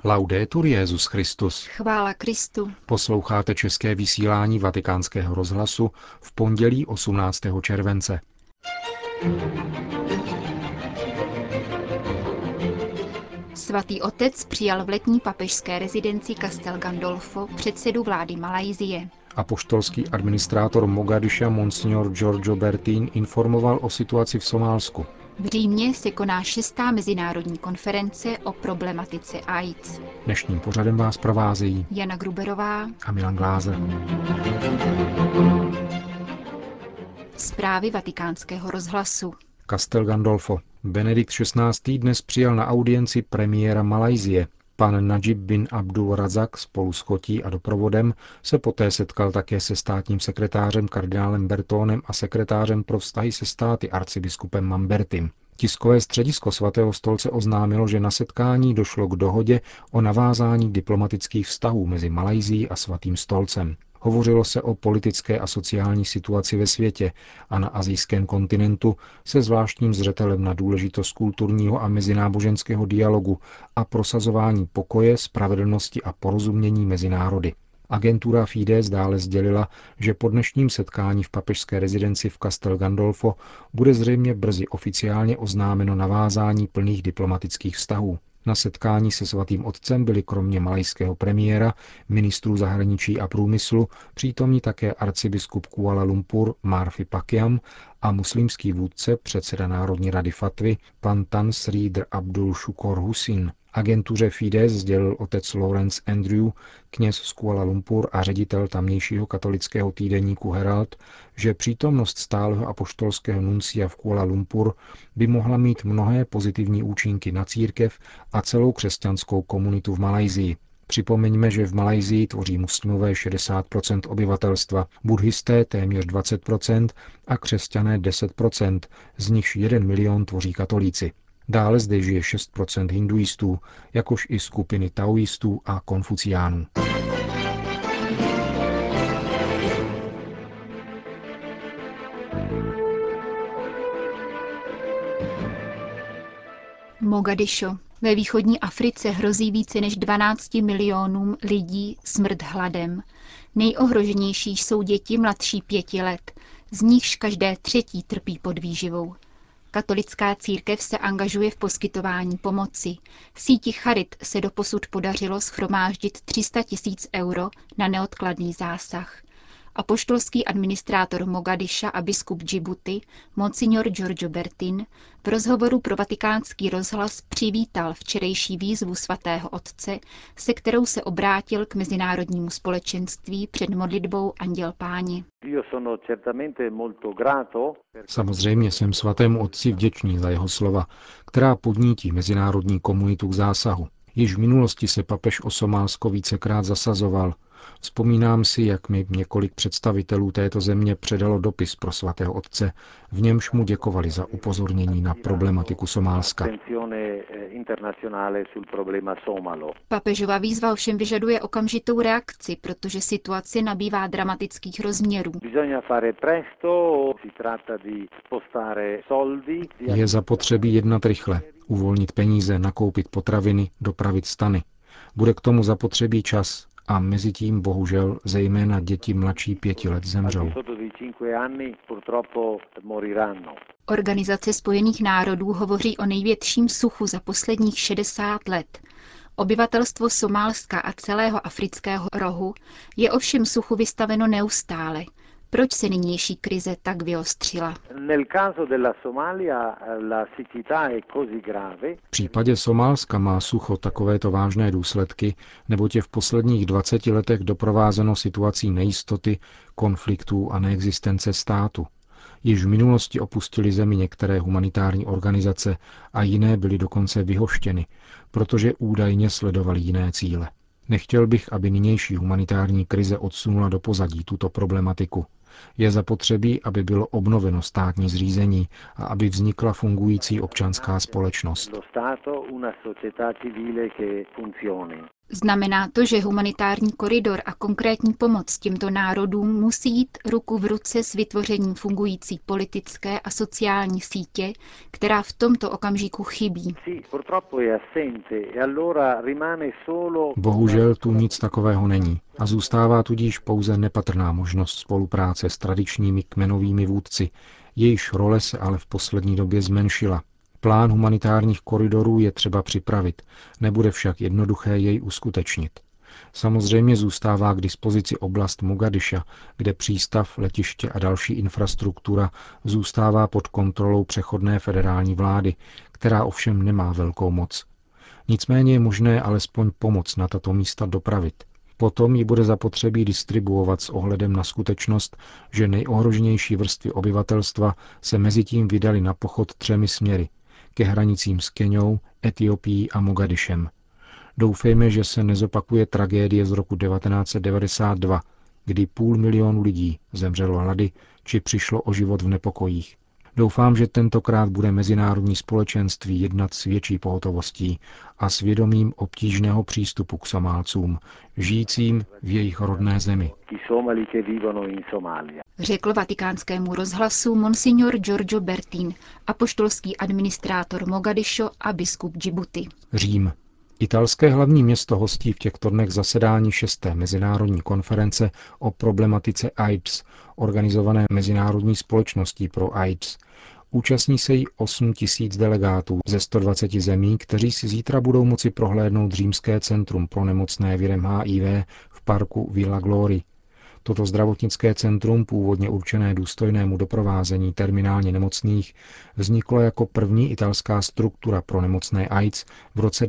Laudetur Jesus Christus. Chvála Kristu. Posloucháte české vysílání Vatikánského rozhlasu v pondělí 18. července. Svatý otec přijal v letní papežské rezidenci Castel Gandolfo předsedu vlády Malajsie. Apoštolský administrátor Mogadiša Monsignor Giorgio Bertin informoval o situaci v Somálsku. V Římě se koná 6. mezinárodní konference o problematice AIDS. Dnešním pořadem vás provázejí Jana Gruberová a Milan Glázer. Zprávy Vatikánského rozhlasu. Castel Gandolfo. Benedikt XVI. Dnes přijal na audienci premiéra Malajsie. Pan Najib bin Abdul Razak spolu s chotí a doprovodem se poté setkal také se státním sekretářem kardinálem Bertónem a sekretářem pro vztahy se státy arcibiskupem Mambertim. Tiskové středisko svatého stolce oznámilo, že na setkání došlo k dohodě o navázání diplomatických vztahů mezi Malajsií a svatým stolcem. Hovořilo se o politické a sociální situaci ve světě a na asijském kontinentu se zvláštním zřetelem na důležitost kulturního a mezináboženského dialogu a prosazování pokoje, spravedlnosti a porozumění mezi národy. Agentura Fides dále sdělila, že po dnešním setkání v papežské rezidenci v Castel Gandolfo bude zřejmě brzy oficiálně oznámeno navázání plných diplomatických vztahů. Na setkání se svatým otcem byli kromě malajského premiéra, ministrů zahraničí a průmyslu přítomní také arcibiskup Kuala Lumpur Marfi Pakiam a muslimský vůdce, předseda Národní rady Fatvy, pan Tan Sri Dr Abdul Šukor Husin. Agentuře Fides sdělil otec Lawrence Andrew, kněz z Kuala Lumpur a ředitel tamnějšího katolického týdeníku Herald, že přítomnost stálého apoštolského nuncia v Kuala Lumpur by mohla mít mnohé pozitivní účinky na církev a celou křesťanskou komunitu v Malajsii. Připomeňme, že v Malajsii tvoří muslimové 60% obyvatelstva, buddhisté téměř 20% a křesťané 10%, z nichž 1 milion tvoří katolíci. Dále zde žije 6% hinduistů, jakož i skupiny taoistů a konfuciánů. Mogadišo. Ve východní Africe hrozí více než 12 milionům lidí smrt hladem. Nejohroženější jsou děti mladší 5 let, z nichž každé 3. trpí podvýživou. Katolická církev se angažuje v poskytování pomoci. Síti Charit se doposud podařilo shromáždit 300 000 euro na neodkladný zásah. Apoštolský administrátor Mogadiša a biskup Džibuty, monsignor Giorgio Bertin, v rozhovoru pro Vatikánský rozhlas přivítal včerejší výzvu svatého otce, se kterou se obrátil k mezinárodnímu společenství před modlitbou Anděl Páně. Samozřejmě jsem svatému otci vděčný za jeho slova, která podnítí mezinárodní komunitu k zásahu. Již v minulosti se papež o Somálsko vícekrát zasazoval. Vzpomínám si, jak mi několik představitelů této země předalo dopis pro svatého otce, v němž mu děkovali za upozornění na problematiku Somálska. Papežova výzva ovšem vyžaduje okamžitou reakci, protože situace nabývá dramatických rozměrů. Je zapotřebí jednat rychle, uvolnit peníze, nakoupit potraviny, dopravit stany. Bude k tomu zapotřebí čas. A mezi tím, bohužel, zejména děti mladší 5 let zemřou. Organizace Spojených národů hovoří o největším suchu za posledních 60 let. Obyvatelstvo Somálska a celého afrického rohu je ovšem suchu vystaveno neustále. Proč se nynější krize tak vyostřila? V případě Somálska má sucho takovéto vážné důsledky, neboť je v posledních 20 letech doprovázeno situací nejistoty, konfliktů a neexistence státu. Již v minulosti opustili zemi některé humanitární organizace a jiné byly dokonce vyhoštěny, protože údajně sledovali jiné cíle. Nechtěl bych, aby nynější humanitární krize odsunula do pozadí tuto problematiku. Je zapotřebí, aby bylo obnoveno státní zřízení a aby vznikla fungující občanská společnost. Znamená to, že humanitární koridor a konkrétní pomoc těmto národům musí jít ruku v ruce s vytvořením fungující politické a sociální sítě, která v tomto okamžiku chybí. Bohužel tu nic takového není a zůstává tudíž pouze nepatrná možnost spolupráce s tradičními kmenovými vůdci, jejichž role se ale v poslední době zmenšila. Plán humanitárních koridorů je třeba připravit, nebude však jednoduché jej uskutečnit. Samozřejmě zůstává k dispozici oblast Mogadiša, kde přístav, letiště a další infrastruktura zůstává pod kontrolou přechodné federální vlády, která ovšem nemá velkou moc. Nicméně je možné alespoň pomoc na tato místa dopravit. Potom ji bude zapotřebí distribuovat s ohledem na skutečnost, že nejohroženější vrstvy obyvatelstva se mezitím vydali na pochod 3 směry – ke hranicím s Keňou, Etiopií a Mogadišem. Doufejme, že se nezopakuje tragédie z roku 1992, kdy 500 000 lidí zemřelo hlady či přišlo o život v nepokojích. Doufám, že tentokrát bude mezinárodní společenství jednat s větší pohotovostí a svědomím obtížného přístupu k Somálcům, žijícím v jejich rodné zemi. Řekl Vatikánskému rozhlasu monsignor Giorgio Bertin, apoštolský administrátor Mogadišo a biskup Džibuti. Řím. Italské hlavní město hostí v těchto dnech zasedání 6. mezinárodní konference o problematice AIDS, organizované Mezinárodní společností pro AIDS. Účastní se jí 8 000 delegátů ze 120 zemí, kteří si zítra budou moci prohlédnout Římské centrum pro nemocné virem HIV v parku Villa Glori. Toto zdravotnické centrum, původně určené důstojnému doprovázení terminálně nemocných, vzniklo jako první italská struktura pro nemocné AIDS v roce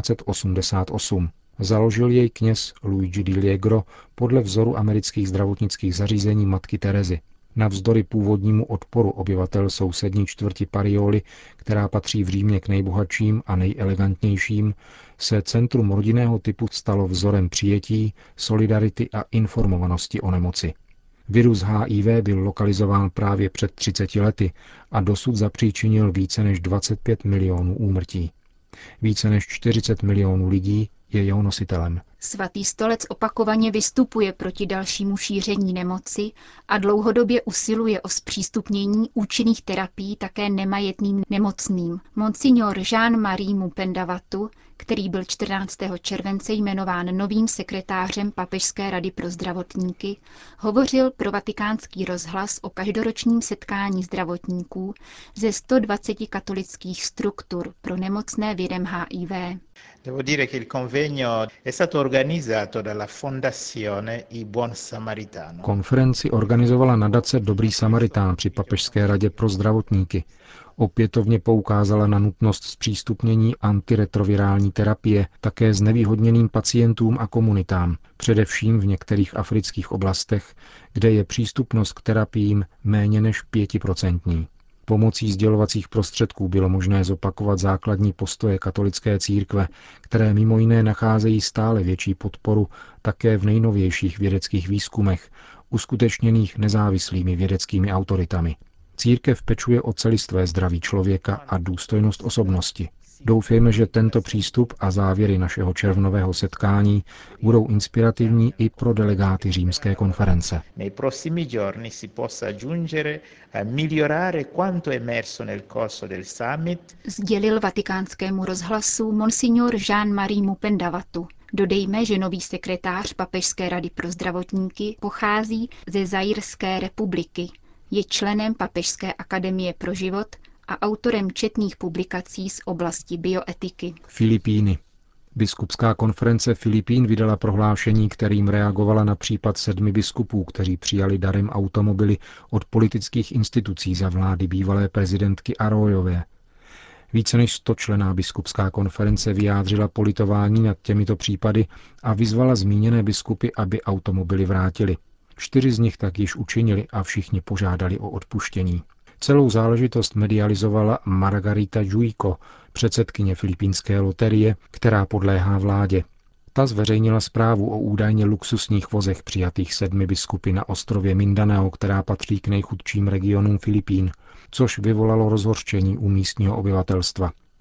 1988. Založil jej kněz Luigi Di Liegro podle vzoru amerických zdravotnických zařízení Matky Terezy. Navzdory původnímu odporu obyvatel sousední čtvrti Parioli, která patří v Římě k nejbohatším a nejelegantnějším, se centrum rodinného typu stalo vzorem přijetí, solidarity a informovanosti o nemoci. Virus HIV byl lokalizován právě před 30 lety a dosud zapříčinil více než 25 milionů úmrtí. Více než 40 milionů lidí je jeho nositelem. Svatý stolec opakovaně vystupuje proti dalšímu šíření nemoci a dlouhodobě usiluje o zpřístupnění účinných terapií také nemajetným nemocným. Monsignor Jean-Marie Mupendavatu, který byl 14. července jmenován novým sekretářem Papežské rady pro zdravotníky, hovořil pro Vatikánský rozhlas o každoročním setkání zdravotníků ze 120 katolických struktur pro nemocné virem HIV. Devo dire che il convegno è stato organizzato dalla Fondazione I Buon Samaritano. Konferenci organizovala nadace Dobrý Samaritán při Papežské radě pro zdravotníky. Opětovně poukázala na nutnost zpřístupnění antiretrovirální terapie také znevýhodněným pacientům a komunitám, především v některých afrických oblastech, kde je přístupnost k terapiím méně než 5%. Pomocí sdělovacích prostředků bylo možné zopakovat základní postoje katolické církve, které mimo jiné nacházejí stále větší podporu také v nejnovějších vědeckých výzkumech, uskutečněných nezávislými vědeckými autoritami. Církev pečuje o celistvé zdraví člověka a důstojnost osobnosti. Doufejme, že tento přístup a závěry našeho červnového setkání budou inspirativní i pro delegáty Římské konference. Nei prossimi giorni si possa giungere a migliorare quanto emerso nel corso del summit. Sdělil Vatikánskému rozhlasu monsignor Jean-Marie Mupendavatu. Dodejme, že nový sekretář Papežské rady pro zdravotníky pochází ze Zairské republiky. Je členem Papežské akademie pro život a autorem četných publikací z oblasti bioetiky. Filipíny. Biskupská konference Filipín vydala prohlášení, kterým reagovala na případ 7 biskupů, kteří přijali darem automobily od politických institucí za vlády bývalé prezidentky Arroyové. Více než 100členná biskupská konference vyjádřila politování nad těmito případy a vyzvala zmíněné biskupy, aby automobily vrátili. 4 z nich tak již učinili a všichni požádali o odpuštění. Celou záležitost medializovala Margarita Juico, předsedkyně filipínské loterie, která podléhá vládě. Ta zveřejnila zprávu o údajně luxusních vozech přijatých 7 biskupy na ostrově Mindanao, která patří k nejchudším regionům Filipín, což vyvolalo rozhořčení u místního obyvatelstva.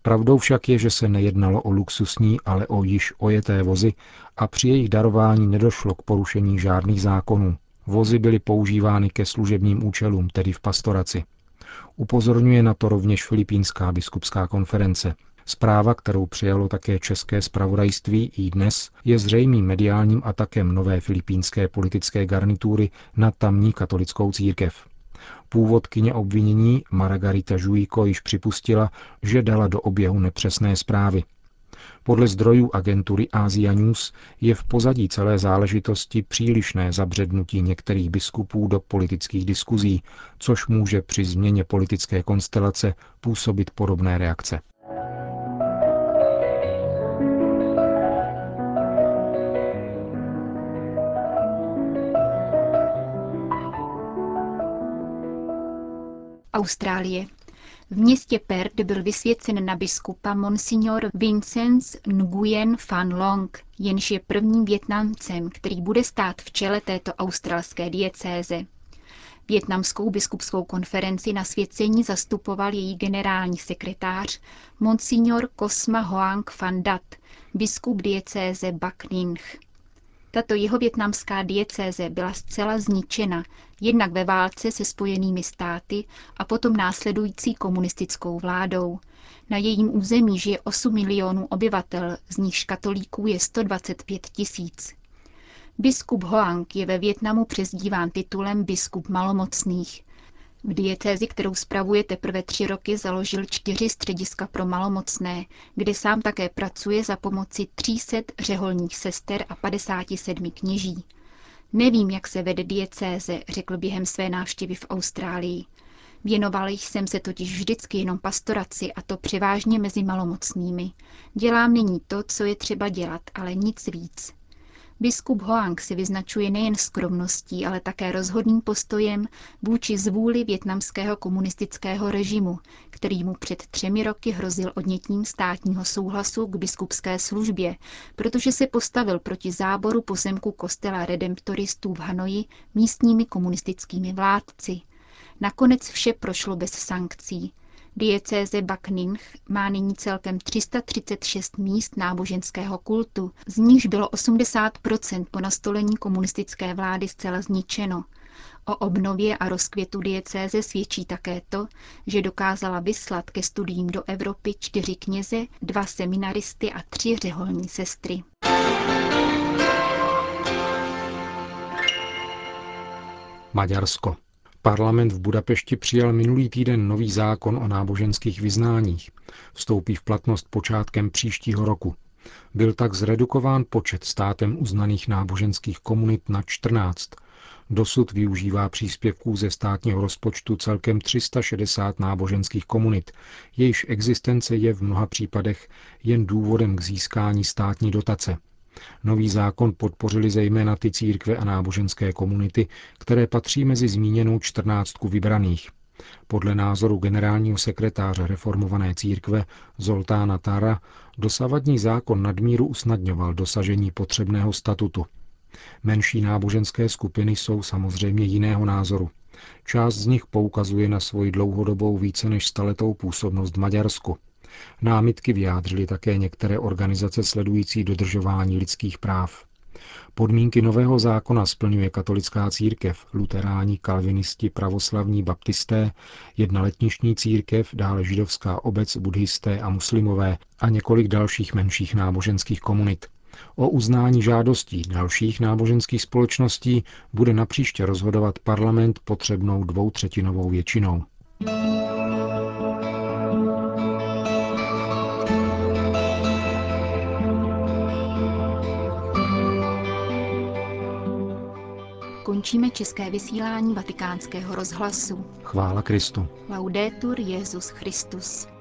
Pravdou však je, že se nejednalo o luxusní, ale o již ojeté vozy a při jejich darování nedošlo k porušení žádných zákonů. Vozy byly používány ke služebním účelům, tedy v pastoraci. Upozorňuje na to rovněž Filipínská biskupská konference. Zpráva, kterou přijalo také české zpravodajství i dnes, je zřejmým mediálním atakem nové filipínské politické garnitury na tamní katolickou církev. Původkyně obvinění Margarita Juico již připustila, že dala do oběhu nepřesné zprávy. Podle zdrojů agentury Asia News je v pozadí celé záležitosti přílišné zabřednutí některých biskupů do politických diskuzí, což může při změně politické konstelace působit podobné reakce. Austrálie. V městě Perth byl vysvěcen na biskupa monsignor Vincenz Nguyen Van Long, jenž je prvním Vietnamcem, který bude stát v čele této australské diecéze. Vietnamskou biskupskou konferenci na svěcení zastupoval její generální sekretář monsignor Cosma Hoang Van Dat, biskup diecéze Bac Ninh. Tato jihovietnamská diecéze byla zcela zničena, jednak ve válce se Spojenými státy a potom následující komunistickou vládou. Na jejím území žije 8 milionů obyvatel, z nichž katolíků je 125 000. Biskup Hoang je ve Vietnamu přezdíván titulem biskup malomocných. V diecézi, kterou spravuje teprve 3 roky, založil 4 střediska pro malomocné, kde sám také pracuje za pomoci 300 řeholních sester a 57 kněží. Nevím, jak se vede diecéze, řekl během své návštěvy v Austrálii. Věnoval jsem se totiž vždycky jenom pastoraci, a to převážně mezi malomocnými. Dělám nyní to, co je třeba dělat, ale nic víc. Biskup Hoang se vyznačuje nejen skromností, ale také rozhodným postojem vůči zvůli vietnamského komunistického režimu, který mu před 3 roky hrozil odnětím státního souhlasu k biskupské službě, protože se postavil proti záboru pozemku kostela redemptoristů v Hanoji místními komunistickými vládci. Nakonec vše prošlo bez sankcí. Diecéze Bac Ninh má nyní celkem 336 míst náboženského kultu, z nichž bylo 80% po nastolení komunistické vlády zcela zničeno. O obnově a rozkvětu diecéze svědčí také to, že dokázala vyslat ke studiím do Evropy 4 kněze, 2 seminaristy a 3 řeholní sestry. Maďarsko. Parlament v Budapešti přijal minulý týden nový zákon o náboženských vyznáních. Vstoupí v platnost počátkem příštího roku. Byl tak zredukován počet státem uznaných náboženských komunit na 14. Dosud využívá příspěvků ze státního rozpočtu celkem 360 náboženských komunit, jejichž existence je v mnoha případech jen důvodem k získání státní dotace. Nový zákon podpořili zejména ty církve a náboženské komunity, které patří mezi zmíněnou 14 vybraných. Podle názoru generálního sekretáře reformované církve Zoltána Tara dosavadní zákon nadmíru usnadňoval dosažení potřebného statutu. Menší náboženské skupiny jsou samozřejmě jiného názoru. Část z nich poukazuje na svoji dlouhodobou více než staletou působnost v Maďarsku. Námitky vyjádřily také některé organizace sledující dodržování lidských práv. Podmínky nového zákona splňuje katolická církev, luteráni, kalvinisti, pravoslavní, baptisté, jedna letniční církev, dále židovská obec, buddhisté a muslimové a několik dalších menších náboženských komunit. O uznání žádostí dalších náboženských společností bude napříště rozhodovat parlament potřebnou 2/3 většinou. Končíme české vysílání Vatikánského rozhlasu. Chvála Kristu. Laudetur Jesus Christus.